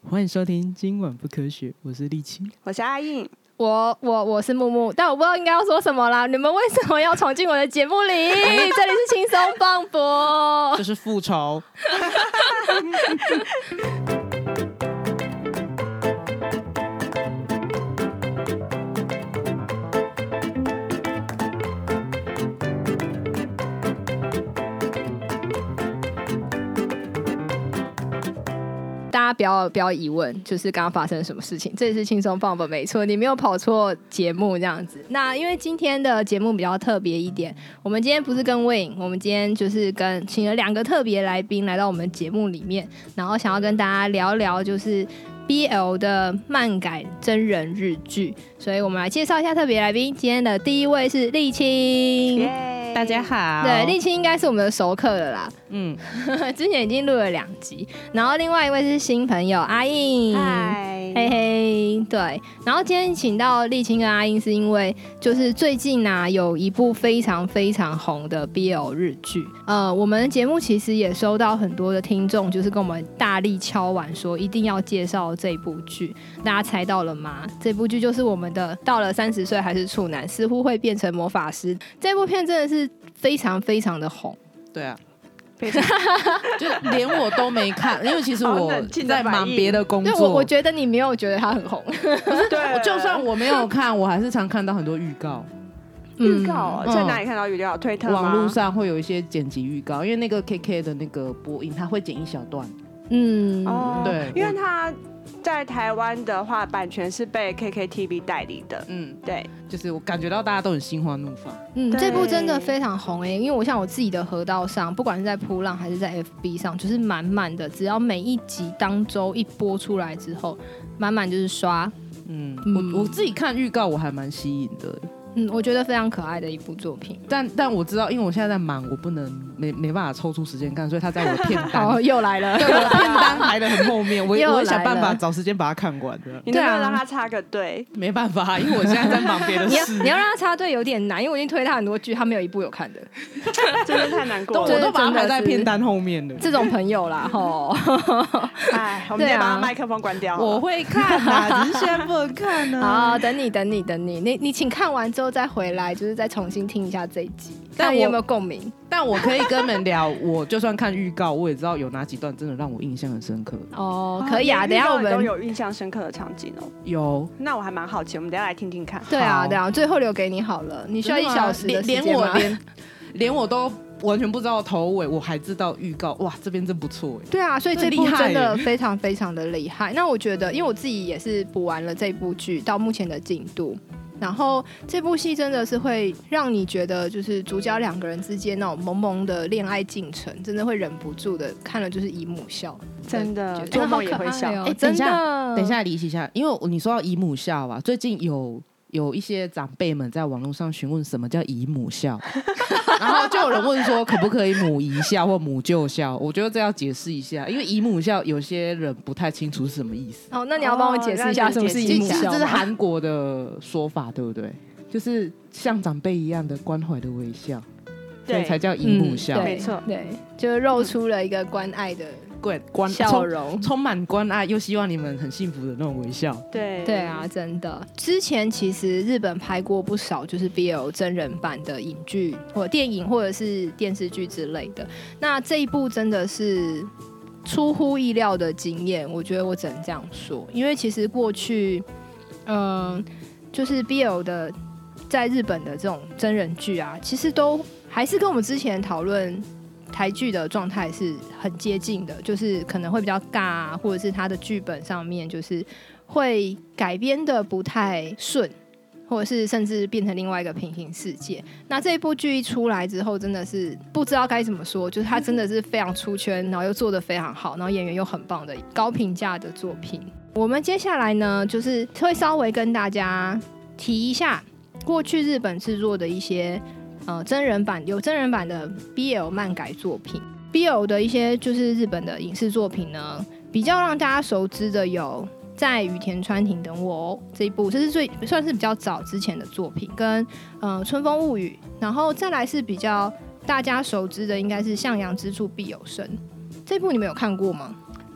欢迎收听今晚不科学，我是立青， 我是阿印， 我是木木，但我不知道应该要说什么啦。你们为什么要闯进我的节目里？这里是轻松放播， 这是复仇。 大家不要疑问，就是刚刚发生什么事情。这里是轻松放播，没错，你没有跑错节目这样子。那因为今天的节目比较特别一点，我们今天不是跟 Win， 我们今天就是请了2个特别来宾来到我们节目里面，然后想要跟大家聊聊就是 BL 的漫改真人日剧，所以我们来介绍一下特别来宾。今天的第一位是立青， 大家好。 对，立青应该是我们的熟客了啦。之前已经录了2集，然后另外一位是新朋友阿印， 嗨， 嘿嘿，对。然后今天请到立青跟阿印，是因为就是最近啊有一部非常非常红的 BL 日剧，我们的节目其实也收到很多的听众，就是跟我们大力敲碗说一定要介绍这部剧。大家猜到了吗？这部剧就是我们的到了30岁还是处男，似乎会变成魔法师。这部片真的是非常非常的红。 对啊， 非常就连我都没看，因为其实我在忙别的工对， 作。 我觉得你没有觉得它很红。 对， 就算我没有看，我还是常看到很多预告。 预告在哪里看到预告？推特吗？ 网络上会有一些剪辑预告，因为那个 KK 的那个播音，它会剪一小段。对， 因为他在台湾的话，版权是被 KKTV 代理的。对， 就是我感觉到大家都很心花怒放。 这部真的非常红因为我像我自己的河道上，不管是在噗浪还是在 FB 上，就是满满的，只要每一集当周一播出来之后，满满就是刷。 我自己看预告，我还蛮吸引的。 我觉得非常可爱的一部作品， 但我知道，因为我现在在忙，我不能没办法抽出时间看，所以他在我的片单又来了， 对，我的片单排得很后面，我会想办法找时间把它看完的。 你能不能让他插个队？ 没办法，因为我现在在忙别的事。 你要让他插队有点难，因为我已经推他很多剧，他没有一部有看的， 真的太难过了。 我都把它排在片单后面了。 这种朋友啦， 哎，我们直接把他麦克风关掉。 我会看啊，只是现在不能看呢。 好，等你请看完之后再回来，就是再重新听一下这一集，看你有没有共鸣。 但我可以跟你们聊，我就算看预告，我也知道有哪几段真的让我印象很深刻。 可以啊，等一下我们都有印象深刻的场景哦。 有， 那我还蛮好奇，我们等一下来听听看。 对啊，最后留给你好了。你需要1小时的时间吗？ 连我都完全不知道头尾，我还知道预告。哇，这边真不错对啊，所以这部真的非常非常的厉害。那我觉得，因为我自己也是补完了这部剧到目前的进度。然后这部戏真的是会让你觉得，就是主角2个人之间那种萌萌的恋爱进程，真的会忍不住的看了就是姨母笑， 真的做梦也会笑。 真的。 等一下离题一下，因为你说到姨母笑啊，最近有一些长辈们在网络上询问什么叫姨母笑，然后就有人问说可不可以母姨笑或母舅笑，我觉得这要解释一下，因为姨母笑有些人不太清楚是什么意思。 那你要帮我解释一下什么是姨母笑？ 这是韩国的说法，对不对？就是像长辈一样的关怀的微笑，所以才叫姨母笑。 没错， 对，就露出了一个关爱的笑容， 充满关爱，又希望你们很幸福的那种微笑。 对啊，真的。之前其实日本拍过不少就是 BL 真人版的影剧或电影或者是电视剧之类的。那这一部真的是出乎意料的惊艳，我觉得我只能这样说，因为其实过去，就是 BL 的在日本的这种真人剧啊，其实都还是跟我们之前讨论台剧的状态是很接近的，就是可能会比较尬啊，或者是它的剧本上面就是会改编的不太顺，或者是甚至变成另外一个平行世界。那这一部剧一出来之后，真的是不知道该怎么说，就是它真的是非常出圈，然后又做得非常好，然后演员又很棒的高评价的作品。我们接下来呢，就是会稍微跟大家提一下过去日本制作的一些真人版的 BL 漫改作品。BL 的一些就是日本的影视作品呢，比较让大家熟知的有在羽田川町等我这一部，这是算是比较早之前的作品，跟春风物语，然后再来是比较大家熟知的应该是向阳之处必有声。这部你们有看过吗？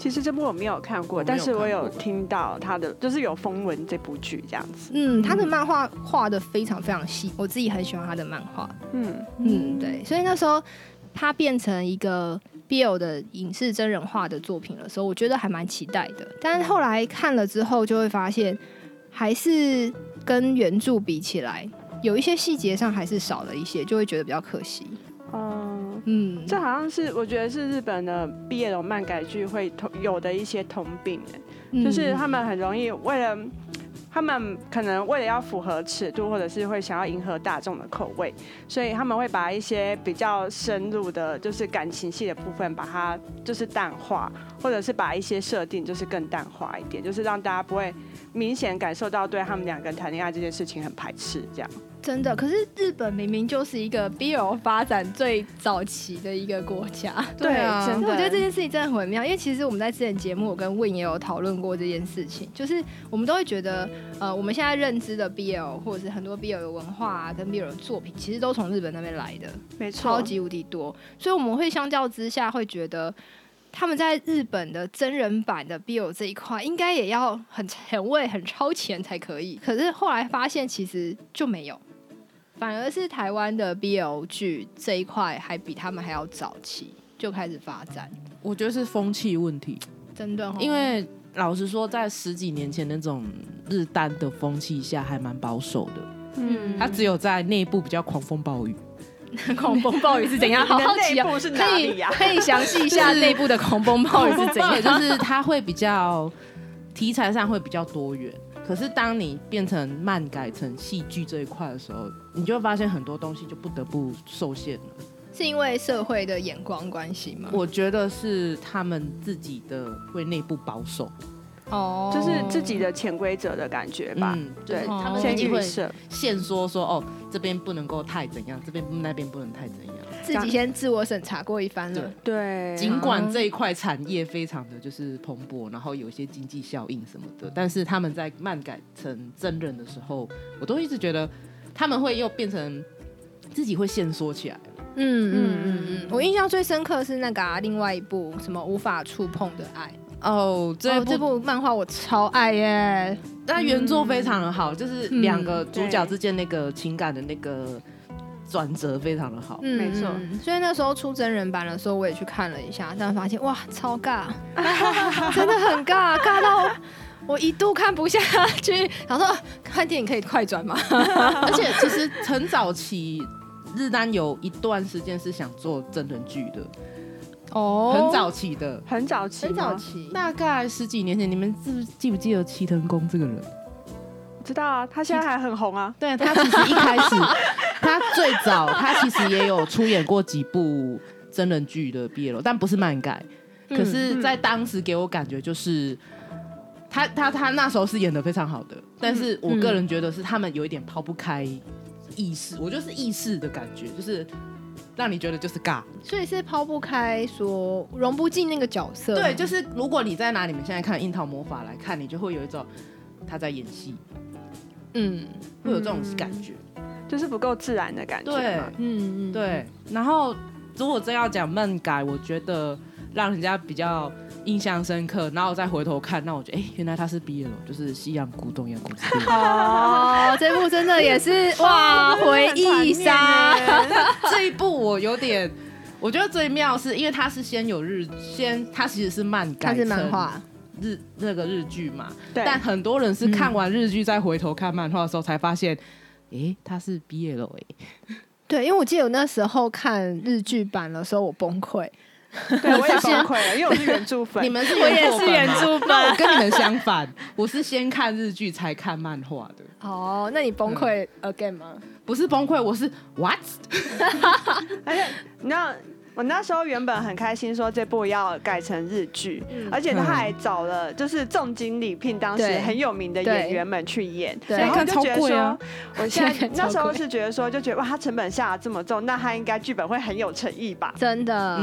其实这部我没有看过，但是我有听到他的，就是有风闻这部剧这样子。 他的漫画画的非常非常细，我自己很喜欢他的漫画。对，所以那时候他变成一个 BL 的影视真人化的作品的时候，我觉得还蛮期待的。但是后来看了之后，就会发现还是跟原著比起来，有一些细节上还是少了一些，就会觉得比较可惜。 这好像是我觉得是日本的 BL 漫改剧会有的一些通病，就是他们很容易他们可能为了要符合尺度，或者是会想要迎合大众的口味，所以他们会把一些比较深入的，就是感情戏的部分，把它就是淡化，或者是把一些设定就是更淡化一点，就是让大家不会明显感受到对他们两个人谈恋爱这件事情很排斥这样。 真的，可是日本明明就是一个 BL 发展最早期的一个国家。 对啊，真的， 我觉得这件事情真的很妙，因为其实我们在之前节目我跟 Win 也有讨论过这件事情，就是我们都会觉得我们现在认知的 BL 或者是很多 BL 的文化啊，跟 BL 的作品其实都从日本那边来的， 没错， 超级无敌多，所以我们会相较之下会觉得他们在日本的真人版的 BL 这一块应该也要很前卫很超前才可以，可是后来发现其实就没有，反而是台湾的 BL 剧这一块还比他们还要早期就开始发展。 我觉得是风气问题， 真的， 因为老实说，在10几年前那种日耽的风气下，还蛮保守的。它只有在内部比较狂风暴雨。 狂风暴雨是怎样？好好奇啊！ 是哪里啊？ 可以详细一下内部的狂风暴雨是怎样？ 就是它会比较题材上会比较多元。可是当你变成漫改成戏剧这一块的时候，你就会发现很多东西就不得不受限了。 是因为社会的眼光关系吗？ 我觉得是他们自己的会内部保守， 就是自己的潜规则的感觉吧。对， 他们自己会限说哦，这边不能够太怎样，这边那边不能太怎样， 自己先自我审查过一番了。 对， 尽管这一块产业非常的就是蓬勃，然后有一些经济效应什么的，但是他们在漫改成真人的时候，我都一直觉得他们会又变成自己会限缩起来了。 我印象最深刻是那个另外一部什么无法触碰的爱。这部漫画我超爱耶， 但原作非常的好，就是两个主角之间那个情感的那个转折非常的好， 没错。 所以那时候出真人版的时候，我也去看了一下，但发现哇，超尬，真的很尬，尬到我一度看不下去，想说看电影可以快转吗？ 而且其实很早期日耽有一段时间是想做真人剧的。很早期的， 很早期， 大概10几年前。你们记不记得齐藤公这个人？ 知道啊，他现在还很红啊。 对，他其实一开始，他最早他其实也有出演过几部真人剧的 BL， 但不是漫改。可是，在当时给我感觉就是他那时候是演得非常好的，但是我个人觉得是他们有一点抛不开意识，我就是意识的感觉，就是让你觉得就是尬， 所以是抛不开，说融不进那个角色。 对，就是如果你在拿你们现在看《樱桃魔法》来看，你就会有一种他在演戏，会有这种感觉， 就是不够自然的感觉。 对，对。然后如果真要讲漫改，我觉得让人家比较印象深刻，然后再回头看，那我觉得原来他是 BL， 就是西洋古董洋古之恋。 这部真的也是哇，回忆杀。 这一部我有点，我觉得最妙是因为它是它其实是漫改， 它是漫画那个日剧嘛， 但很多人是看完日剧再回头看漫画的时候才发现，它是 BL 对，因为我记得我那时候看日剧版的时候，我崩溃。 对，我也崩溃了，因为我是原著粉。 你们是我也是原著粉， 我跟你们相反，我是先看日剧才看漫画的。 那你崩溃 again 吗？ 不是崩溃，我是 what？ 而且你知道，我那时候原本很开心，说这部要改成日剧，而且他还找了就是重金礼聘当时很有名的演员们去演，然后就觉得说，我现在那时候是觉得说，就觉得哇，他成本下得这么重，那他应该剧本会很有诚意吧？ 真的，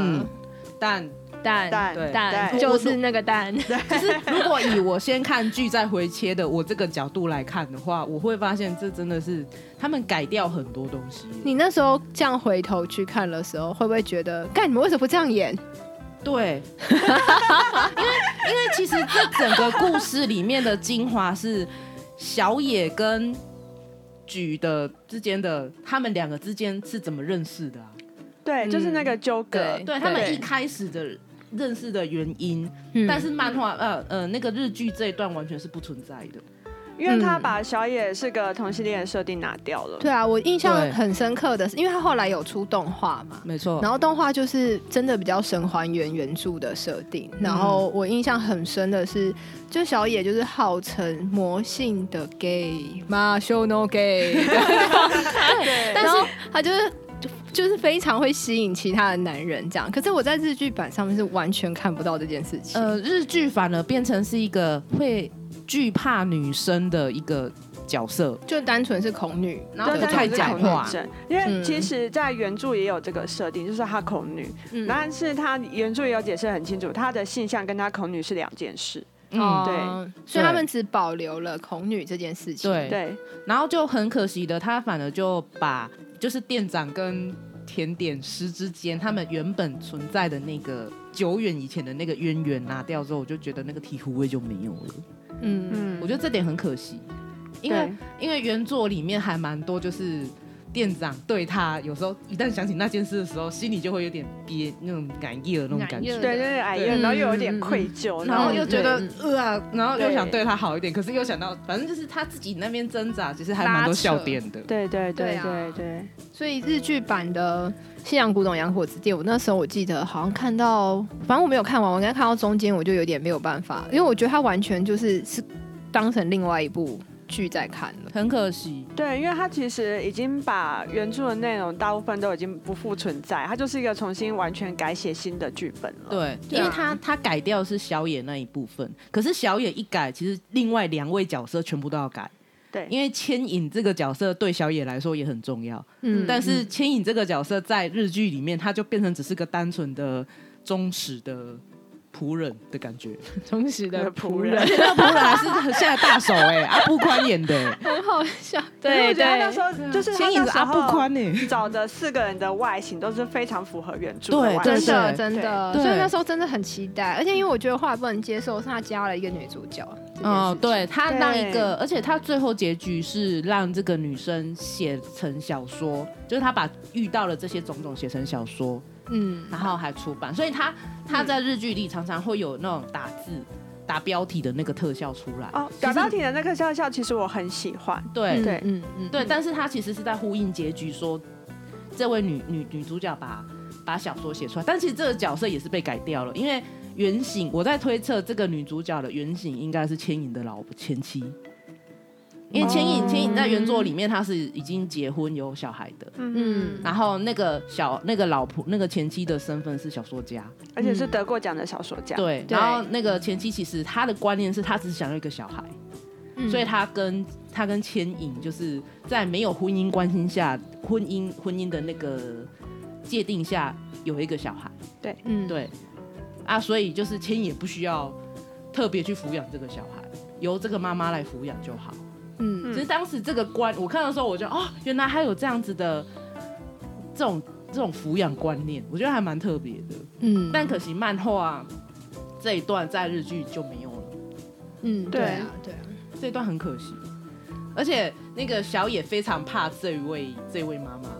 蛋就是那个蛋。 就是如果以我先看剧再回切的我这个角度来看的话，我会发现这真的是他们改掉很多东西。 你那时候这样回头去看的时候，会不会觉得，干你们为什么不这样演？ 对，因为为其实这整个故事里面的精华是小野跟举的之间的，他们两个之间是怎么认识的啊？ 对，就是那个纠葛， 对他们一开始的认识的原因，但是漫画那个日剧这一段完全是不存在的。 因为他把小野是个同性恋的设定拿掉了。 对啊，我印象很深刻的是，因为他后来有出动画嘛， 没错。 然后动画就是真的比较神还原原著的设定。然后我印象很深的是，就小野就是号称魔性的 gay， 马修 no gay， 对，然后他就是非常会吸引其他的男人这样。可是我在日剧版上面是完全看不到这件事情。 日剧反而变成是一个会惧怕女生的一个角色， 就单纯是恐女， 然后不太讲话。 因为其实，在原著也有这个设定，就是她恐女，但是她原著也有解释很清楚，她的性向跟她恐女是两件事。对， 所以他们只保留了恐女这件事情。 对，然后就很可惜的，他反而就把就是店长跟甜点师之间他们原本存在的那个久远以前的那个渊源拿掉之后，我就觉得那个醍醐味就没有了。我觉得这点很可惜，因为原作里面还蛮多，就是店长对他有时候一旦想起那件事的时候，心里就会有点憋那种感意的那种感觉， 对，就是哀怨，然后又有点愧疚， 然后又觉得然后又想对他好一点，可是又想到反正就是他自己那边挣扎，其实还蛮多笑点的。 对， 所以日剧版的《西洋古董洋火之店》，我那时候我记得好像看到，反正我没有看完，我应该看到中间我就有点没有办法，因为我觉得它完全是当成另外一部剧在看了， 很可惜。 对，因为他其实已经把原著的内容大部分都已经不复存在，它就是一个重新完全改写新的剧本了。 对，因为他改掉是小野那一部分，可是小野一改，其实另外2位角色全部都要改。 对， 因为千影这个角色对小野来说也很重要，但是千影这个角色在日剧里面，他就变成只是个单纯的忠实的仆人的感觉， 忠实的仆人， 那仆人还是现在大手阿布宽演的， 很好笑。 对，那时候就是牵引着阿布宽找的4个人的外形都是非常符合原著的外形， 真的，所以那时候真的很期待，而且因为我觉得后来不能接受是他加了一个女主角。 对，他让一个，而且他最后结局是让这个女生写成小说，就是他把遇到了这些种种写成小说。然后还出版，所以他在日剧里常常会有那种打字、打标题的那个特效出来。 打标题的那个特效其实我很喜欢。 对，但是他其实是在呼应结局，说这位女主角把小说写出来，但其实这个角色也是被改掉了，因为原型我在推测这个女主角的原型应该是千影的前妻。因为千影在原作里面她是已经结婚有小孩的，然后那个老婆那个前妻的身份是小说家， 而且是得过奖的小说家。 对，然后那个前妻其实她的观念是她只是想要一个小孩，所以她跟千影就是在没有婚姻关系下，婚姻的那个界定下有一个小孩。 对， 对啊，所以就是千影也不需要特别去抚养这个小孩，由这个妈妈来抚养就好。其实当时这个我看的时候，我就原来还有这样子的这种抚养观念，我觉得还蛮特别的。但可惜漫画这一段在日剧就没有了。 对啊， 这一段很可惜。而且那个小野非常怕这位妈妈。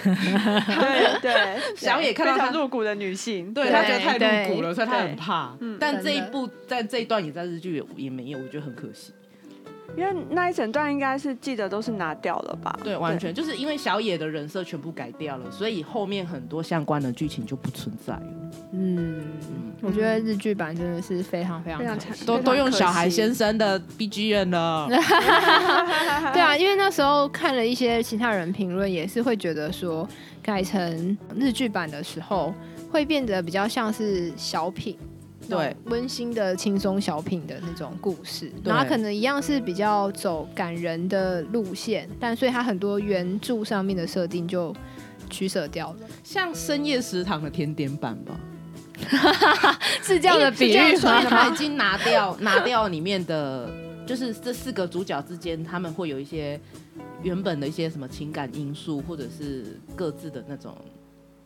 对， 小野看到她入骨的女性， 对她觉得太入骨了，所以她很怕。但这一部在这一段也在日剧也没有，我觉得很可惜。 因为那一整段应该是记得都是拿掉了吧？ 对，完全就是因为小野的人设全部改掉了，所以后面很多相关的剧情就不存在了。 我觉得日剧版真的是非常非常都用小孩先生的 BGM 了。 对啊，因为那时候看了一些其他人评论，也是会觉得说改成日剧版的时候会变得比较像是小品。对，温馨的轻松小品的那种故事，然后可能一样是比较走感人的路线，但所以它很多原著上面的设定就取舍掉了， 像深夜食堂的甜点版吧。 是这样的比喻吗？ 所以他已经拿掉里面的，就是这4个主角之间，他们会有一些原本的一些什么情感因素，或者是各自的那种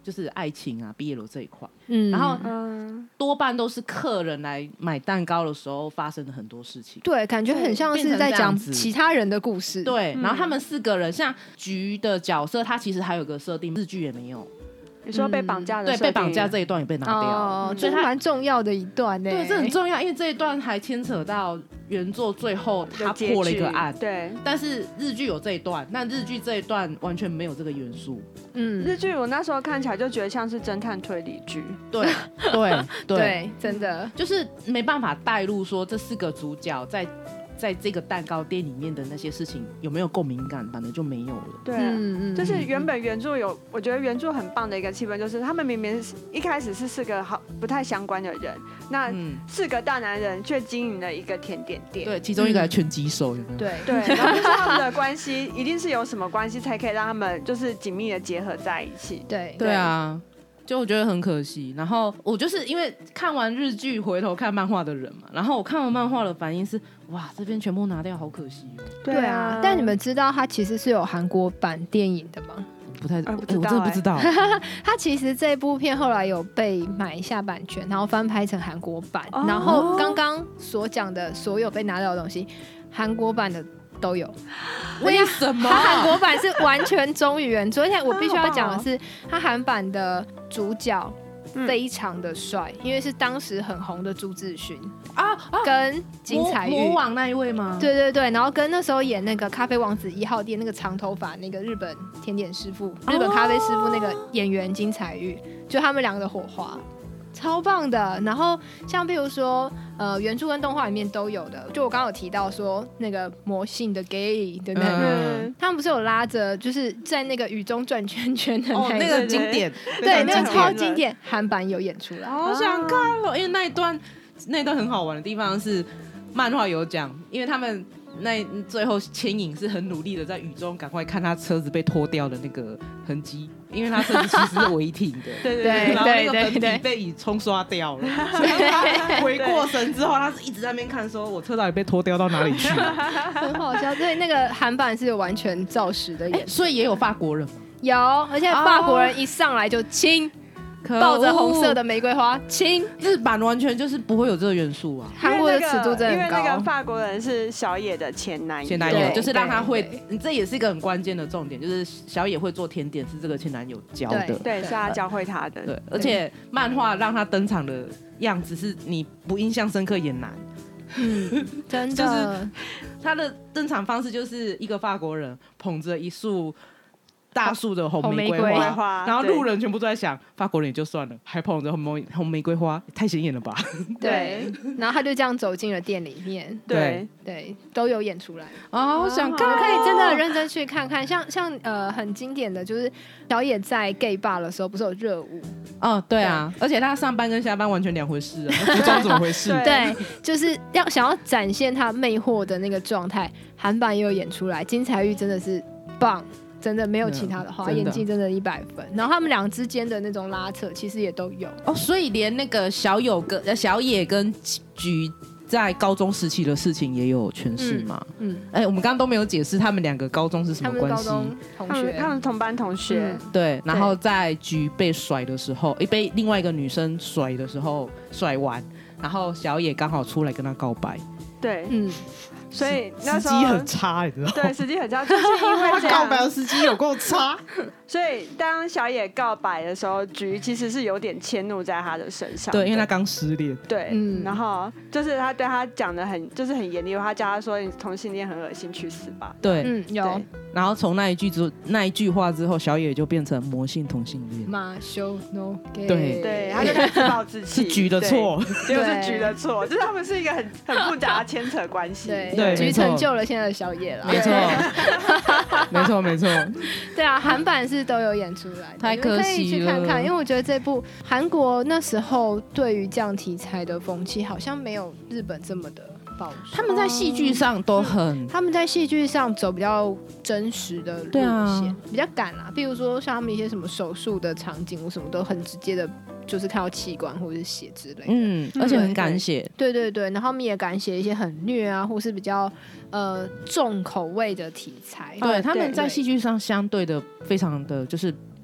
就是爱情啊 BL 这一块， 嗯， 然后多半都是客人来买蛋糕的时候发生的很多事情。 对，感觉很像是在讲其他人的故事。 对，然后他们4个人，像菊的角色，他其实还有个设定，日剧也没有。 你说被绑架的对，被绑架这一段也被拿掉， 所以它蛮重要的一段呢。 对，这很重要，因为这一段还牵扯到原作最后他破了一个案。 对， 但是日剧有这一段，那日剧这一段完全没有这个元素。 日剧我那时候看起来就觉得像是侦探推理剧。 对对对，真的就是没办法带入说这4个主角在这个蛋糕店里面的那些事情有没有共鸣感，反正就没有了。 对，就是原本原著有，我觉得原著很棒的一个气氛，就是他们明明一开始是4个不太相关的人，那4个大男人却经营了一个甜点店。 对，其中一个还拳击手，有没有？ 对对，然后就是他们的关系一定是有什么关系才可以让他们就是紧密的结合在一起。 对对啊。就我觉得很可惜，然后我就是因为看完日剧回头看漫画的人嘛，然后我看完漫画的反应是，哇，这边全部拿掉，好可惜哦。 对啊，但你们知道它其实是有韩国版电影的吗？ 不太，我真的不知道。 它其实这部片后来有被买下版权，然后翻拍成韩国版，然后刚刚所讲的所有被拿掉的东西，韩国版的都有。 为什么？ 它韩国版是完全忠于原著，而且我必须要讲的是，它韩版的主角非常的帅，因为是当时很红的朱智勋跟金彩玉魔王那一位吗？ 对对对，然后跟那时候演那个咖啡王子1号店那个长头发那个日本甜点师傅、日本咖啡师傅那个演员金彩玉，就他们2个的火花。超棒的，然后像比如说，原著跟动画里面都有的，就我刚刚有提到说那个魔性的 gay 的那个，他们不是有拉着，就是在那个雨中转圈圈的那个经典， 对，那个超经典，韩版有演出来， 好想看哦，因为那一段很好玩的地方是漫画有讲，因为他们最后牵引是很努力的在雨中赶快看他车子被拖掉的那个痕迹，因为他车子其实是违停的， 对， 然后那个粉笔被雨冲刷掉了，所以他回过神之后，他是一直在那边看，说我车到底被拖掉到哪里去了， 很好笑。对，那个韩版是有完全照实的演， 所以也有法国人吗？ 有，而且法国人一上来就亲。抱着红色的玫瑰花亲， 日版完全就是不会有这个元素啊。 韩国的尺度真的很高， 因为那个法国人是小野的前男友，就是让他会，这也是一个很关键的重点，就是小野会做甜点是这个前男友教的， 对，是他教会他的。 对，而且漫画让他登场的样子是你不印象深刻也难。 真的， 就是他的登场方式就是一个法国人捧着一束大树的红玫瑰花，然后路人全部都在想，法国人也就算了，还捧着红玫瑰花，太显眼了吧？ 对，然后他就这样走进了店里面， 对， 都有演出来。 好想看， 可以真的认真去看看。像很经典的就是小野在 gay bar 的时候，不是有热舞？ 哦，对啊，而且他上班跟下班完全2回事啊，服装怎么回事？ 对，就是想要展现他魅惑的那个状态，韩版也有演出来。金彩玉真的是棒。真的没有其他的话，演技真的100分。然后他们俩之间的那种拉扯，其实也都有哦。所以连那个小野跟菊在高中时期的事情也有诠释嘛？我们刚刚都没有解释他们2个高中是什么关系。 他们同班同学。 对，然后在菊被甩的时候，被另外一个女生甩的时候甩完，然后小野刚好出来跟他告白。 对，所以那时候时机很差，你知道吗？ 对，时机很差，就是因为他告白的时机有够差。 所以当小野告白的时候，菊其实是有点迁怒在他的身上。 对，因为他刚失恋。 对，然后就是他对他讲的很严厉，他叫他说你同性恋很恶心，去死吧。 对， 有。 然后从那一句话之后，小野就变成魔性同性恋。 马修 no gay。 对，他就开始自暴自弃。 是菊的错， 结果是菊的错，就是他们是一个很复杂的牵扯关系。 对，菊成就了现在的小野了。 没错，没错。 对啊，韩版是都有演出来， 太可惜了。 可以去看看，因为我觉得这部韩国那时候对于这样题材的风气，好像没有日本这么的爆炸。 他们在戏剧上都很， 他们在戏剧上走比较真实的路线，比较敢啦。比如说像他们一些什么手术的场景，或什么都很直接的。就是看到器官或者是血之类的， 而且很敢写， 对，然后他们也敢写一些很虐啊，或是比较重口味的题材。 对，他们在戏剧上相对的非常的就是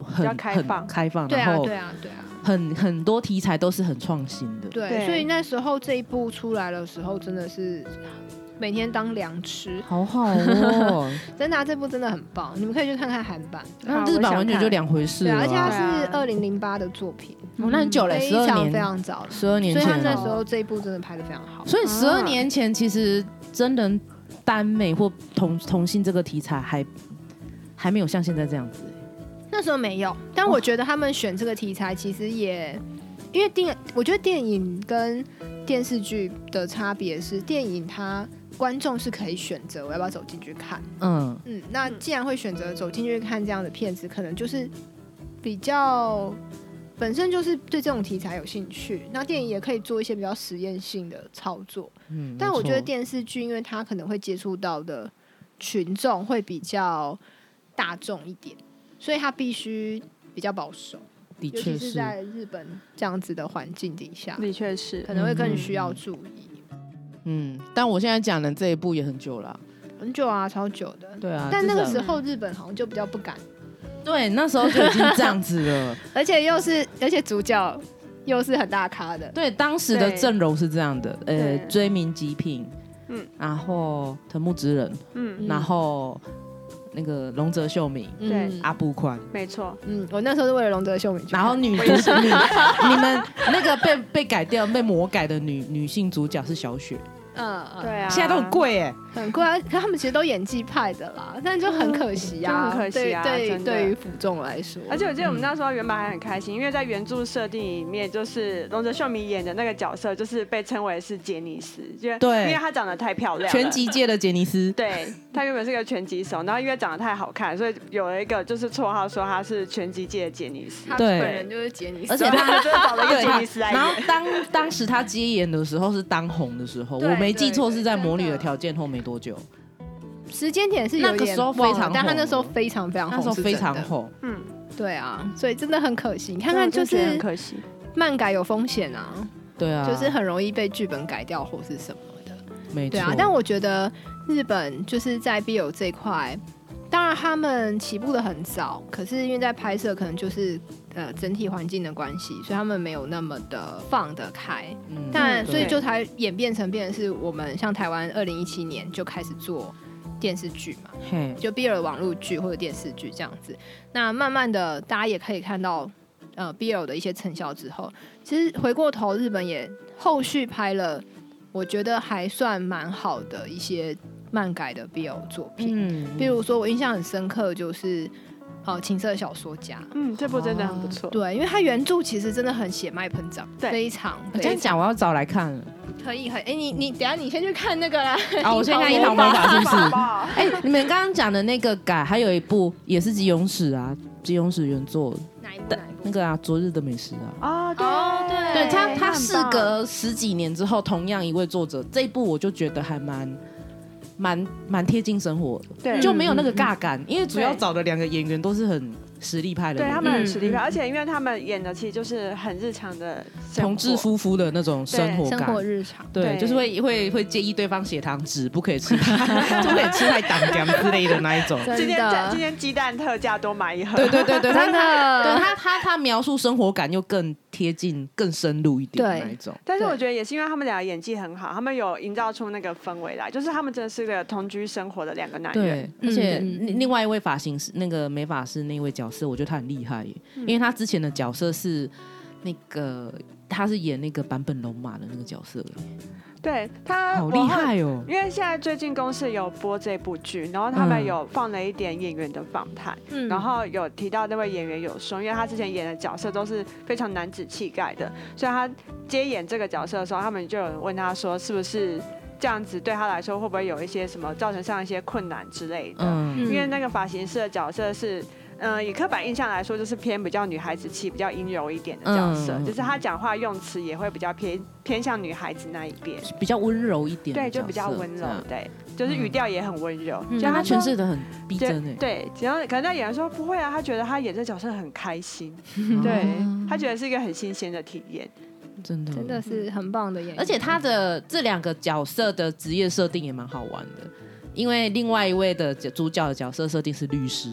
很开放， 对啊，对啊，对啊， 很多题材都是很创新的。 对，所以那时候这一部出来的时候，真的是每天当凉吃， 好好哦。 真的、啊，这部真的很棒，你们可以去看看韩版。 那日版完全就两回事了、 对，而且它是2008的作品， 那很久了，12年， 非常早了 ，12年前， 所以他那时候这一部真的拍得非常好。 所以12年前其实真人耽美或同性这个题材还没有像现在这样子。 那时候没有，但我觉得他们选这个题材其实也，因为我觉得电影跟电视剧的差别是，电影它观众是可以选择我要不要走进去看。那既然会选择走进去看这样的片子，可能就是比较本身就是对这种题材有兴趣。那电影也可以做一些比较实验性的操作。但我觉得电视剧，因为它可能会接触到的群众会比较大众一点，所以它必须比较保守。 的确是， 尤其是在日本这样子的环境底下， 的确是可能会更需要注意。 但我现在讲的这一部也很久了， 很久啊，超久的。 对啊， 但那个时候日本好像就比较不敢。 对，那时候就已经这样子了， 而且主角又是很大咖的。 对，当时的阵容是这样的，追名极品，然后藤木直人，然后那个龙泽秀明， 对， 阿部宽， 没错， 我那时候是为了龙泽秀明去看， 然后你们那个被改掉、被魔改的女性主角是小雪。 对啊， 现在都很贵哎， 很贵啊！可他们其实都演技派的啦，但就很可惜啊， 就很可惜啊， 对于辅众来说。 而且我记得我们那时候原本还很开心，因为在原著设定里面，就是龙泽秀明演的那个角色，就是被称为是杰尼斯，对，因为她长得太漂亮了， 拳击界的杰尼斯。 对，她原本是个拳击手，然后因为长得太好看，所以有了一个就是绰号说她是拳击界的杰尼斯。 对，本人就是杰尼斯， 而且她真的找了一个杰尼斯来演。 然后当时她接演的时候是当红的时候，我没记错是在《魔女的条件》后没多久。 时间点是有点那个时候非常红， 但他那时候非常非常红， 那时候非常红。 对啊，所以真的很可惜。你看看，就是很可惜， 漫改有风险啊。 对啊， 就是很容易被剧本改掉或是什么的。 没错。 对啊，但我觉得日本就是在 BL 这一块，当然他们起步的很早，可是因为在拍摄可能就是整体环境的关系，所以他们没有那么的放得开。但所以就才演变成是我们像台湾2017年就开始做电视剧嘛，就 BL 网络剧或者电视剧这样子。那慢慢的大家也可以看到BL 的一些成效之后，其实回过头日本也后续拍了我觉得还算蛮好的一些漫改的 BL 作品。比如说我印象很深刻就是情色小说家， 这部真的很不错。 对，因为它原著其实真的很血脉喷张，非常。 这样讲我要找来看了。 可以，你等一下你先去看那个啦。 我先看《樱桃魔法》是不是？你们刚刚讲的那个改，还有一部也是吉永史啊，吉永史原作哪一部？ 那个啊，《昨日的美食》啊。 对， 他事隔10几年之后，同样一位作者，这一部我就觉得还蛮贴近生活的， 对， 就没有那个尬感，因为主要找的2个演员都是很实力派的， 对他们很实力派，而且因为他们演的其实就是很日常的同志夫妇的那种生活感， 生活日常， 对，就是会介意对方血糖值，不可以吃太，不可以吃太挡姜之类的那一种。 今天鸡蛋特价多买一盒， 对，真的， 对他描述生活感又更贴近、更深入一点的那一种。 但是我觉得也是因为他们俩演技很好，他们有营造出那个氛围来，就是他们真的是个同居生活的2个男人。 对，而且另外一位发型师，那个美发师那位角色，我觉得他很厉害耶，因为他之前的角色是那个他是演那个坂本龙马的那个角色。 对他好厉害哦！ 因为现在最近公视有播这部剧，然后他们有放了一点演员的访谈，然后有提到那位演员有说，因为他之前演的角色都是非常男子气概的，所以他接演这个角色的时候，他们就有人问他说，是不是这样子对他来说会不会有一些什么造成上一些困难之类的？因为那个发型师的角色是。以刻板印象来说，就是偏比较女孩子气、比较阴柔一点的角色，就是他讲话用词也会比较偏向女孩子那一边， 比较温柔一点。 对，就比较温柔，对，就是语调也很温柔。 就他诠释的很逼真哎。 对，然后可能那演员说不会啊，他觉得他演这角色很开心，对他觉得是一个很新鲜的体验。 真的是很棒的演员， 而且他的这2个角色的职业设定也蛮好玩的，因为另外一位的主角的角色设定是律师。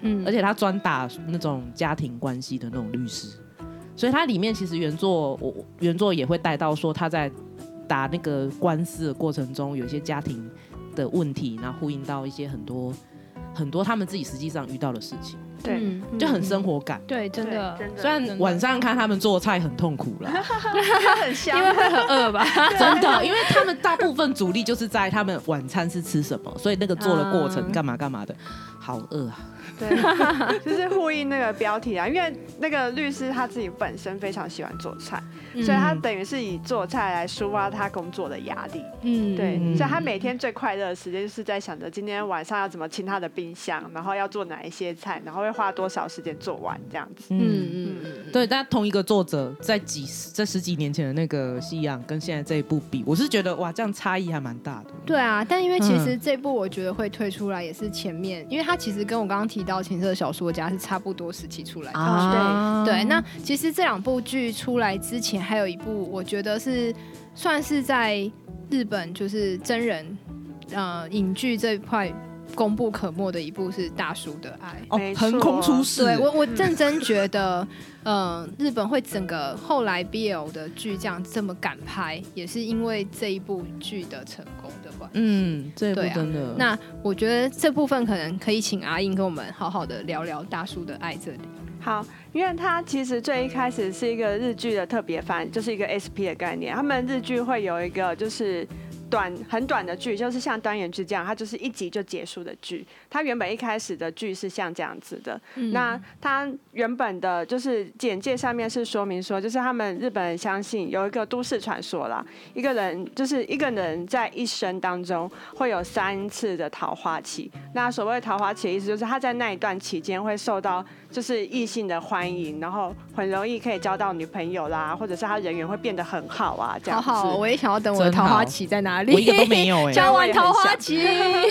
而且他专打那种家庭关系的那种律师，所以他里面其实原作也会带到说他在打那个官司的过程中有一些家庭的问题，然后呼应到一些很多他们自己实际上遇到的事情。 对， 就很生活感。 对，真的。 虽然晚上看他们做菜很痛苦啦， 很香， 因为会很饿吧？ 真的，因为他们大部分主力就是在他们晚餐是吃什么，所以那个做的过程干嘛干嘛的，好饿啊。 对，就是呼应那个标题啊，因为那个律师他自己本身非常喜欢做菜，所以他等于是以做菜来抒发他工作的压力。对，所以他每天最快乐的时间就是在想着今天晚上要怎么清他的冰箱，然后要做哪一些菜，然后会花多少时间做完这样子。 对，但同一个作者在十几年前的那个《夕阳》跟现在这一部比，我是觉得哇，这样差异还蛮大的。 对啊，但因为其实这部我觉得会推出来也是前面，因为它其实跟我刚刚提到情色小说家是差不多时期出来的。对，那其实这2部剧出来之前，还有一部我觉得是算是在日本就是真人影剧这一块功不可没的一部是《大叔的爱》 横空出世。 对，我认真觉得日本会整个后来 BL 的剧这么敢拍，也是因为这一部剧的成功的关系。 这一部真的。 那我觉得这部分可能可以请阿英跟我们好好的聊聊《大叔的爱》这里。 好，因为它其实最一开始是一个日剧的特别番，就是一个 SP 的概念。他们日剧会有一个就是很短的剧，就是像单元剧这样，它就是1集就结束的剧。它原本一开始的剧是像这样子的，那它原本的就是简介上面是说明说，就是他们日本人相信有一个都市传说啦，一个人在一生当中会有3次的桃花期。那所谓桃花期的意思就是他在那一段期间会受到就是异性的欢迎，然后很容易可以交到女朋友啦，或者是他人缘会变得很好啊，这样子。 好，我也想要等我的桃花期在哪里？ 我一个都没有交完桃花期。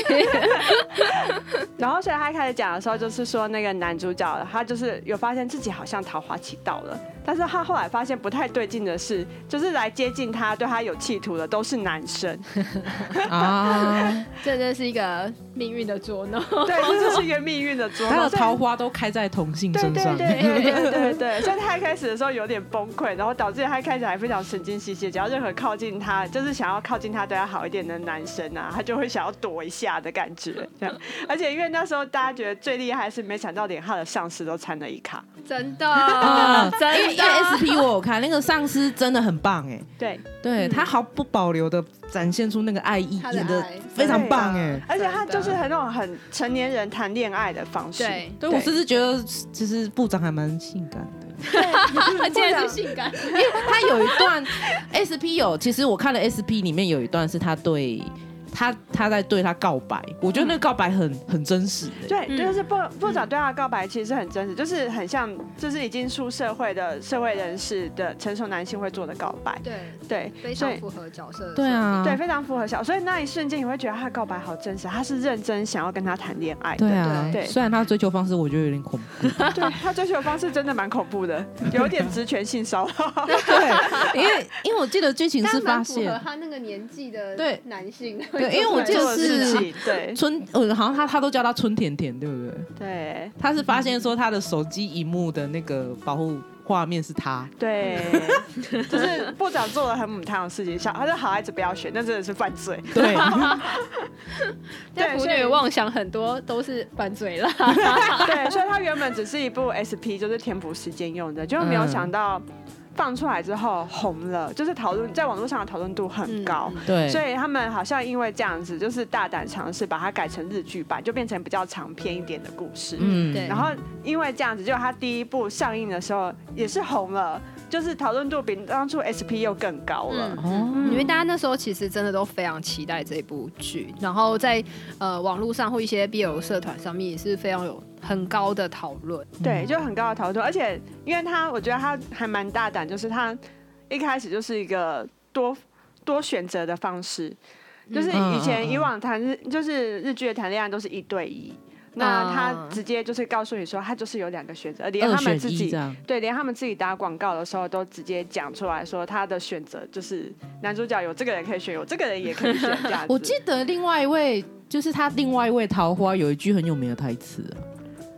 然后所以他一开始讲的时候，就是说那个男主角他就是有发现自己好像桃花期到了，但是他后来发现不太对劲的是，就是来接近他、对他有企图的都是男生啊，这真是一个命运的捉弄。 对，这就是一个命运的捉弄。 他的桃花都开在同性身上。 对，所以他一开始的时候有点崩溃，然后导致他一开始还非常神经兮兮，只要任何靠近他，就是想要靠近他对他好一点的男生啊，他就会想要躲一下的感觉。这样，而且因为那时候大家觉得最厉害是没想到连他的上司都参了一卡， 真的， 因为 SP 我有看那个上司真的很棒哎，对，他毫不保留的展现出那个爱意，演的非常棒哎， 而且他就是那种很成年人谈恋爱的方式。 对，我甚至觉得其实部长还蛮性感的。 他竟然是性感， 因为他有一段 SP 其实我看了 SP 里面有一段是他在对他告白，我觉得那个告白很真实。 对，就是部长对他的告白其实是很真实，就是很像就是已经出社会的社会人士的成熟男性会做的告白。对， 非常符合角色的。 对啊， 对，非常符合所以那一瞬间你会觉得他的告白好真实，他是认真想要跟他谈恋爱的。 对啊，对。虽然他追求方式我觉得有点恐怖， 对，他追求方式真的蛮恐怖的，有点职权性骚扰。 对，因为我记得剧情是发现符合他那个年纪的男性。 对，因为我记得是对好像他都叫他春甜甜，对不对？ 对， 他是发现说他的手机萤幕的那个保护画面是他。 对，就是部长做了很母汤的事情，他说好孩子不要学，那真的是犯罪。 对， 对，腐女妄想很多都是犯罪了。 对，所以他原本只是一部 SP， 就是填补时间用的，就没有想到。放出来之后红了，就是在网络上的讨论度很高， 对， 所以他们好像因为这样子，就是大胆尝试把它改成日剧版，就变成比较长篇一点的故事。对。然后因为这样子，就他第一部上映的时候也是红了，就是讨论度比当初 SP 又更高了。 因为大家那时候其实真的都非常期待这部剧，然后在网络上或一些 BL 社团上面也是非常有很高的讨论。 对，就很高的讨论，而且因为我觉得他还蛮大胆，就是他一开始就是一个多选择的方式，就是以往就是日剧的谈恋爱都是1对1。那他直接就是告诉你说，他就是有2个选择，连他们自己连他们自己打广告的时候都直接讲出来说，他的选择就是男主角有这个人可以选，有这个人也可以选这样子。 我记得另外一位就是他另外一位桃花有一句很有名的台词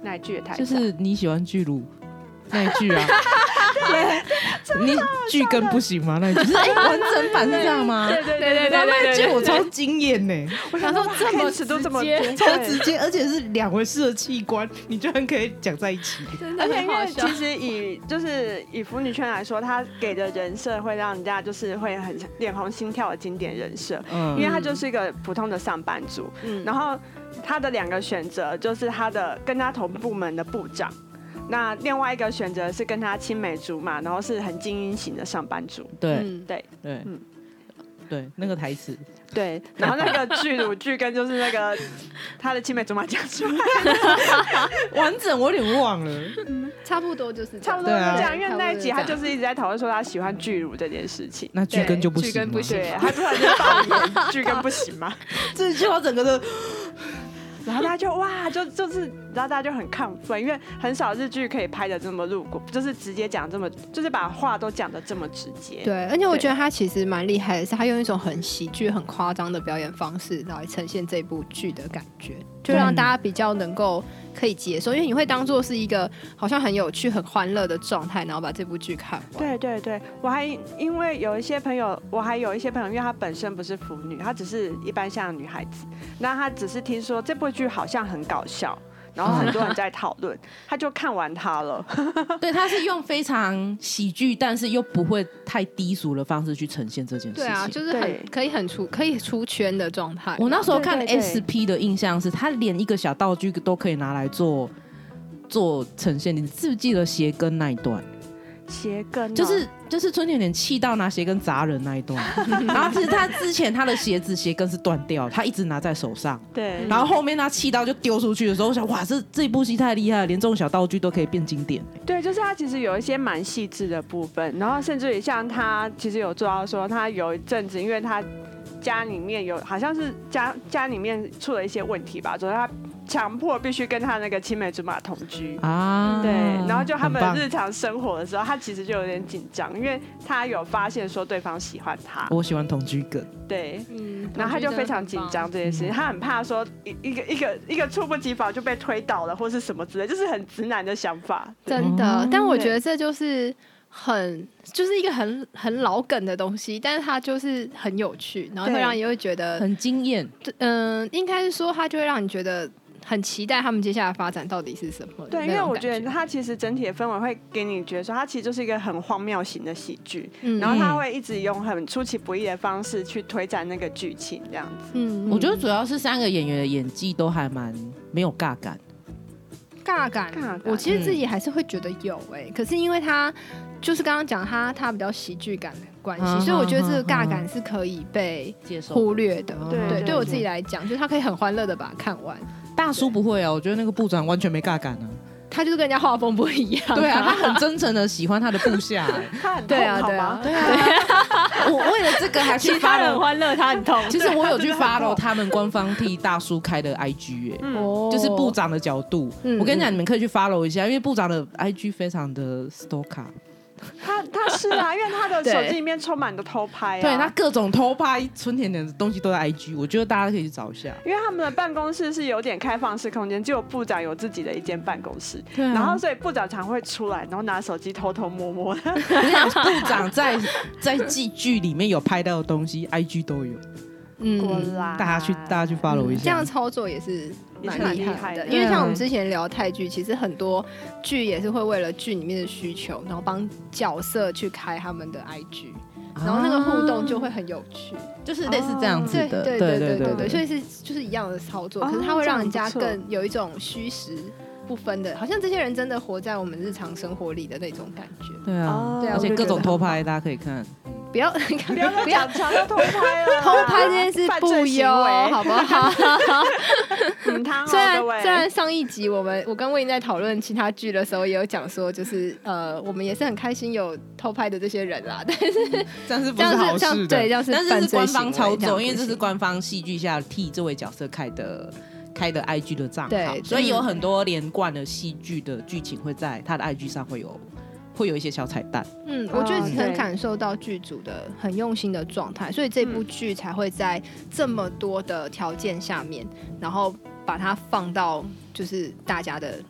哪一句的台词？ 就是你喜欢巨乳那一句啊。你剧根不行吗？那一句是完整版是这样吗？ 对， 那一句我超惊艳呢！ 我想说这么尺度这么多， 超直接，而且是两回事的器官，你居然可以讲在一起。 而且因为其实以腐女圈来说，他给的人设会让人家就是会很脸红心跳的经典人设，因为他就是一个普通的上班族，然后他的2个选择就是他的跟他同部门的部长。那另外一个选择是跟他青梅竹马，然后是很精英型的上班族。 对，那个台词。 对，然后那个巨乳巨根就是那个他的青梅竹马讲出来， 完整我有点忘了， 差不多就是这样，因为那一集他就是一直在讨论说他喜欢巨乳这件事情。 那巨根就不行吗？ 巨根不行， 他突然就爆言巨根不行吗？ 这句话整个都。 然后大家就哇，就是然后大家就很亢奋，因为很少日剧可以拍的这么露骨，就是直接讲这么，就是把话都讲的这么直接。 对，而且我觉得他其实蛮厉害的是，他用一种很喜剧、很夸张的表演方式来呈现这部剧的感觉，就让大家比较能够可以接受，因为你会当做是一个好像很有趣、很欢乐的状态，然后把这部剧看完。 对，我还因为有一些朋友，因为她本身不是腐女，她只是一般像女孩子，那她只是听说这部剧好像很搞笑。然后很多人在讨论，他就看完它了。 对，他是用非常喜剧，但是又不会太低俗的方式去呈现这件事情。 对啊，就是可以出圈的状态。 我那时候看 SP 的印象是，他连一个小道具都可以拿来做呈现。你记不记得鞋跟那一段？ 鞋跟、哦、 就是春田有点气到拿鞋跟砸人那一段，然后其实他之前他的鞋跟是断掉，他一直拿在手上， 对， 然后后面他气到就丢出去的时候，我想哇，这一部戏太厉害了，连这种小道具都可以变经典。 对，就是他其实有一些蛮细致的部分，然后甚至于像他其实有做到说，他有一阵子因为他家里面有好像是家里面出了一些问题吧，所以他强迫必须跟他那个青梅竹马同居啊，对，然后就他们日常生活的时候，他其实就有点紧张，因为他有发现说对方喜欢他， 我喜欢同居梗， 对，然后他就非常紧张这件事情，他很怕说一个猝不及防就被推倒了或是什么之类，就是很直男的想法， 真的。但我觉得这就是就是一个很老梗的东西，但是它就是很有趣，然后会让你会觉得很惊艳。 应该是说它就会让你觉得很期待他们接下来发展到底是什么。 对，因为我觉得它其实整体的氛围会给你觉得说，它其实就是一个很荒谬型的喜剧，然后它会一直用很出其不意的方式去推展那个剧情，这样子。 我觉得主要是3个演员的演技都还蛮没有尬感。 尬感，我其实自己还是会觉得有可是因为他就是刚刚讲他比较喜剧感的关系，所以我觉得这个尬感是可以被忽略的。对我自己来讲，就是他可以很欢乐的把它看完。 大叔不会啊，我觉得那个部长完全没尬感啊。 他就是跟人家画风不一样。 对啊，他很真诚的喜欢他的部下。 他很痛，好吗？ 对啊。我为了这个还去 follow， 他很欢乐，他很痛。 其实我有去 follow 他们官方替大叔开的 IG 就是部长的角度。我跟你讲，你们可以去 follow 一下，因为部长的 IG 非常的 stalker。 他是啊，因为他的手机里面充满的偷拍对他各种偷拍春田的东西都在 IG， 我觉得大家可以去找一下。因为他们的办公室是有点开放式空间，只有部长有自己的一间办公室，然后所以部长常会出来，然后拿手机偷偷摸摸的。 我跟你讲，部长在剧里面有拍到的东西 IG 都有。大家去 follow 一下， 这样操作也是蛮厉害的。因为像我们之前聊泰剧，其实很多剧也是会为了剧里面的需求，然后帮角色去开他们的 IG，然后那个互动就会很有趣， 就是类似这样子的。 对，所以就是一样的操作，可是它会让人家更有一种虚实不分的，好像这些人真的活在我们日常生活里的那种感觉。 对啊，而且各种偷拍大家可以看。 不要强调偷拍了， 偷拍这件事不优，好不好？虽然上一集我跟魏英在讨论其他剧的时候，也有讲说，就是我们也是很开心有偷拍的这些人啦，但是这样是不是好事的？ 对，这样是但是官方操作，因为这是官方戏剧下替这位角色开的 IG 的账号，所以有很多连贯的戏剧的剧情会在他的 IG 上会有一些小彩蛋。 我觉得很感受到剧组的很用心的状态，所以这部剧才会在这么多的条件下面，然后把它放到就是大家的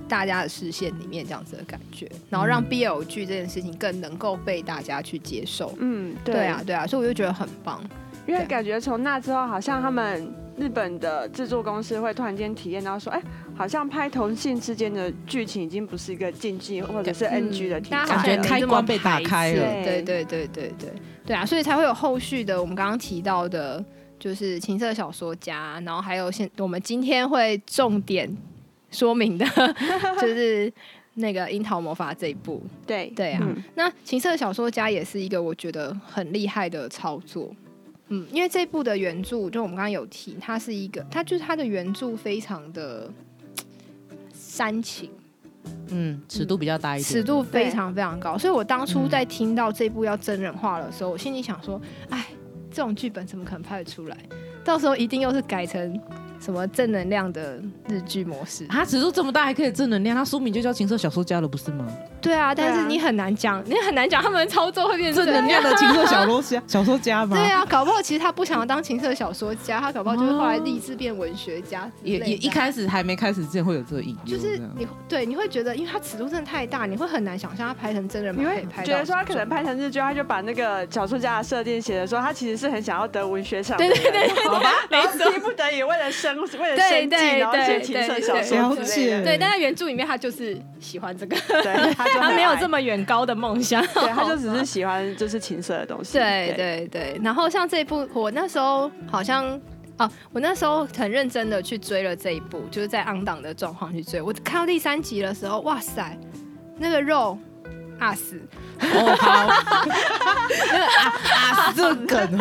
大家的视线里面这样子的感觉，然后让 BL 剧这件事情更能够被大家去接受。对啊，所以我就觉得很棒。 因为感觉从那之后，好像他们日本的制作公司会突然间体验到说，好像拍同性之间的剧情已经不是一个禁忌或者是 NG 的题材， 感觉开关被打开了。 对啊，所以才会有后续的我们刚刚提到的，就是情色小说家，然后还有我们今天会重点说明的，就是那个樱桃魔法这一部。对啊，那情色小说家也是一个我觉得很厉害的操作。因为这部的原著，就我们刚刚有提，它的原著非常的煽情， 尺度比较大一点， 尺度非常非常高，所以我当初在听到这部要真人化的时候，我心里想说，这种剧本怎么可能拍得出来？到时候一定又是改成什么正能量的日剧模式。 它尺度这么大还可以正能量，它书名就叫情色小说家了，不是吗？ 对啊，但是你很难讲他们的操作会变成正能量的情色小说家吗？ 对啊，搞不好其实他不想要当情色小说家，他搞不好就是后来立志变文学家。也一开始还没开始之前会有这个隐忧， 就是你会觉得，因为他尺度真的太大，你会很难想象他拍成真人版可以拍到。 觉得说他可能拍成日剧，他就把那个小说家的设定写的说他其实是很想要得文学赏的人，好吧？然后逼不得已为了生计，然后写情色小说之类的。 对，但在原著里面他就是喜欢这个，对，他没有这么远高的梦想， 对，他就只是喜欢就是情色的东西。 对。然后像这一部，我那时候好像我那时候很认真的去追了这一部，就是在on档的状况去追。我看到第3集的时候，哇塞，那个肉死。 好，那个这个梗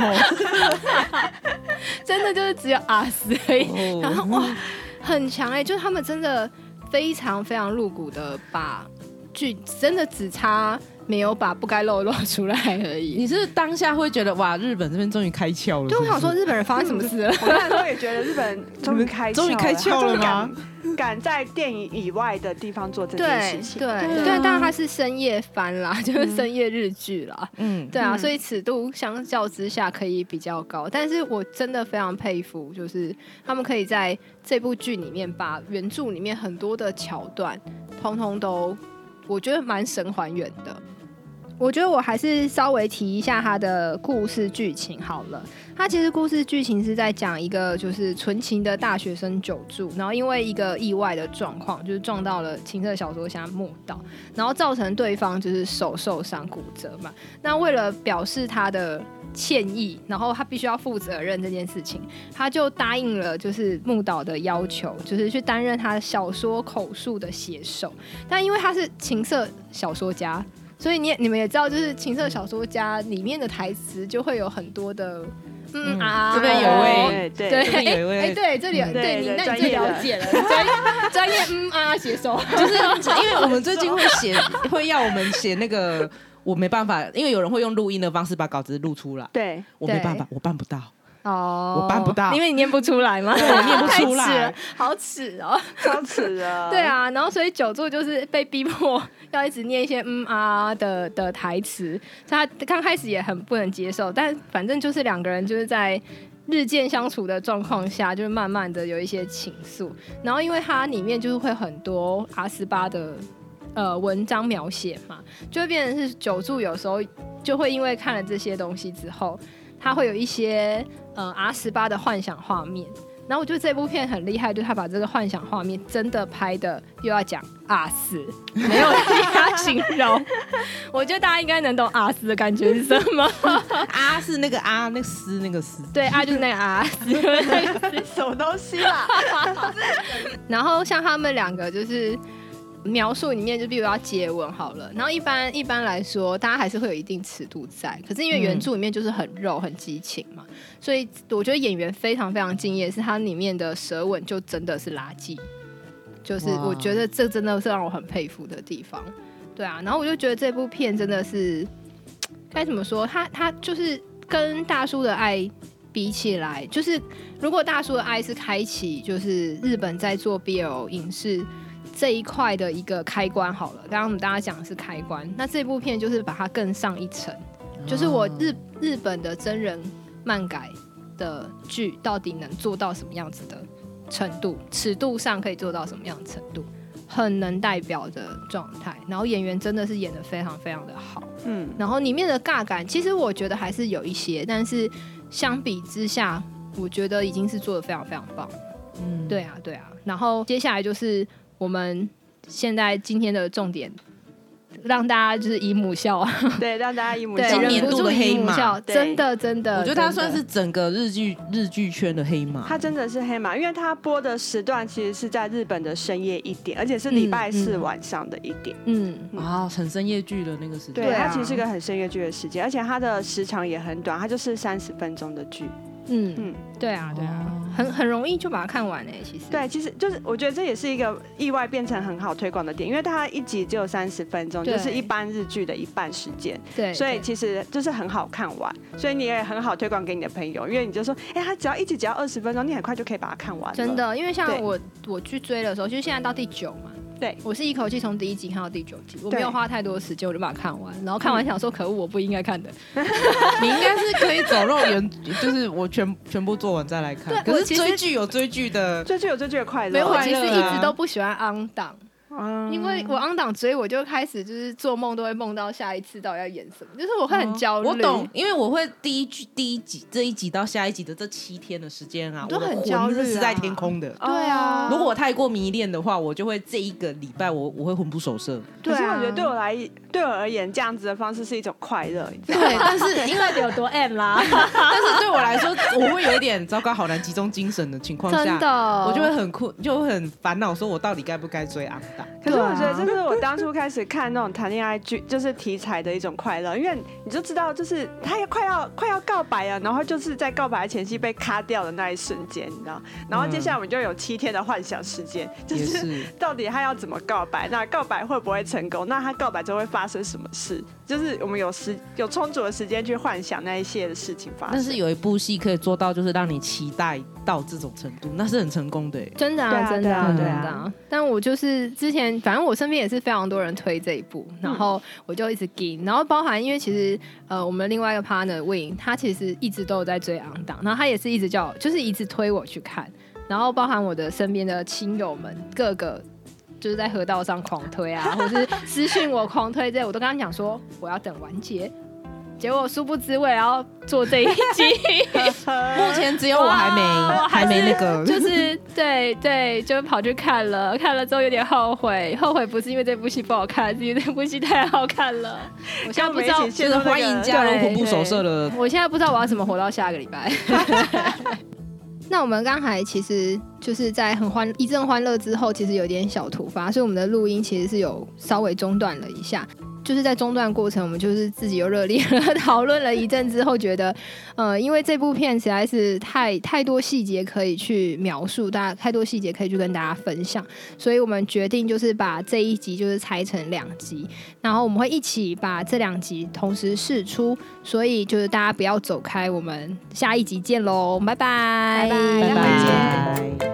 真的就是只有死而已。然后哇，很强就是他们真的非常非常露骨的把剧真的只差没有把不该露出来而已。 你是当下会觉得哇，日本这边终于开窍了？ 对，我想说日本人发生什么事了？ 我那时候也觉得日本人终于开窍了吗？敢在电影以外的地方做这件事情。 对，当然它是深夜番啦，就是深夜日剧啦。对啊，所以尺度相较之下可以比较高。但是我真的非常佩服，就是他们可以在这部剧里面把原著里面很多的桥段，通通都我觉得蛮神还原的。我觉得我还是稍微提一下它的故事剧情好了。它其实故事剧情是在讲一个就是纯情的大学生久住，然后因为一个意外的状况，就是撞到了情色小说家木岛，然后造成对方就是手受伤骨折嘛。那为了表示他的歉意，然后他必须要负责任这件事情，他就答应了就是木岛的要求，就是去担任他小说口述的写手。但因为他是情色小说家，所以你们也知道，就是情色小说家里面的台词就会有很多的这边有位， 对， 这边有一位， 对，这里对你，那你最了解了，专业写手， 就是因为我们最近会要我们写那个，我没办法，因为有人会用录音的方式把稿子录出来， 对我没办法，我办不到。我办不到， 因为你念不出来吗？ 对，我念不出来， 好耻哦， 超耻的。 对啊，然后所以久住就是被逼迫要一直念一些的台词，所以他刚开始也很不能接受，但反正就是两个人就是在日渐相处的状况下，就是慢慢的有一些情愫，然后因为它里面就是会很多R18的文章描写嘛，就会变成是久住有时候就会因为看了这些东西之后，他会有一些R18的幻想画面，然后我觉得这部片很厉害，就是他把这个幻想画面真的拍的又要讲4，没有其他形容。我觉得大家应该能懂4的感觉是什么。 是那个那个丝那个丝， 对，就是那个什么东西啦？ 然后像他们两个就是描述里面，就比如要接吻好了，然后一般来说，大家还是会有一定尺度在，可是因为原著里面就是很肉、很激情嘛，所以我觉得演员非常非常敬业，是他里面的舌吻就真的是垃圾，就是我觉得这真的是让我很佩服的地方。对啊，然后我就觉得这部片真的是该怎么说，他就是跟大叔的爱比起来，就是如果大叔的爱是开启就是日本在做 BL 影视这一块的一个开关好了，刚刚我们大家讲的是开关，那这部片就是把它更上一层，就是我日本的真人漫改的剧到底能做到什么样子的程度，尺度上可以做到什么样的程度。 很能代表的状态，然后演员真的是演得非常非常的好，然后里面的尬感其实我觉得还是有一些，但是相比之下我觉得已经是做得非常非常棒了。对啊对啊，然后接下来就是我们现在今天的重点，让大家就是姨母笑啊， 对，让大家姨母笑， 今年度的黑马， 真的真的， 我觉得他算是整个日剧圈的黑马。 他真的是黑马，因为他播的时段其实是在日本的深夜1点，而且是礼拜4晚上的1点。 很深夜剧的那个时间。 对，它其实是个很深夜剧的时间，而且它的时长也很短，它就是30分钟的剧。 对啊对啊，很容易就把它看完其实。 对，其实就是我觉得这也是一个意外变成很好推广的点，因为它一集只有30分钟，就是一般日剧的1半时间。对，所以其实就是很好看完，所以你也很好推广给你的朋友，因为你就说，它只要一集只要20分钟，你很快就可以把它看完了。 真的，因为像我去追的时候，就是现在到第9嘛。 对， 我是一口气从第1集看到第9集，我没有花太多时间，我就把它看完。然后看完想说，可恶，我不应该看的。 你应该是可以走肉原，就是我全部做完再来看。可是追剧有追剧的快乐。 没有，我其实一直都不喜欢on档。因为我on档追，我就开始就是做梦都会梦到下一次到底要演什么，就是我会很焦虑。 我懂，因为我会第一集这一集到下一集的这7天的时间啊， 我都很焦虑， 是在天空的。 对啊， 如果我太过迷恋的话，我就会这一个礼拜我会魂不守舍。 可是我觉得对我而言，这样子的方式是一种快乐，你知道吗？ 对，但是因为有多 M 啦， 但是对我来说，我会有一点糟糕，好难集中精神的情况下， 真的， 我就会很困，就会很烦恼，说我到底该不该追on档。 可是我觉得这是我当初开始看那种谈恋爱剧，就是题材的一种快乐，因为你就知道，就是他快要告白了，然后就是在告白前夕被卡掉的那一瞬间，你知道，然后接下来我们就有7天的幻想时间，就是到底他要怎么告白，那告白会不会成功，那他告白之后会发生什么事，就是我们有充足的时间去幻想那一些的事情发生。 但是有一部戏可以做到，就是让你期待到这种程度，那是很成功的。 真的啊，真的啊，真的啊。但我就是之前，反正我身边也是非常多人推这一部，然后我就一直跟，然后包含因为其实我们另外一个 partner Win， 他其实一直都有在追on档，然后他也是一直就是一直推我去看，然后包含我的身边的亲友们各个。就是在河道上狂推啊，或是私讯我狂推这，我都跟他讲说我要等完结，结果殊不知我也要做这一集， 目前只有我还没那个， 就是对，就跑去看了之后有点后悔不是因为这部戏不好看，是因为这部戏太好看了。我现在不知道， 就是欢迎加入魂不守舍的。 我现在不知道我要怎么活到下个礼拜。那我们刚才其实就是在一阵欢乐之后，其实有点小突发，所以我们的录音其实是有稍微中断了一下。就是在中断过程，我们就是自己又热烈讨论了一阵之后，觉得因为这部片实在是太多细节可以去描述，太多细节可以去跟大家分享，所以我们决定就是把这一集就是拆成2集，然后我们会一起把这2集同时释出，所以就是大家不要走开，我们下一集见喽，拜拜， 拜拜。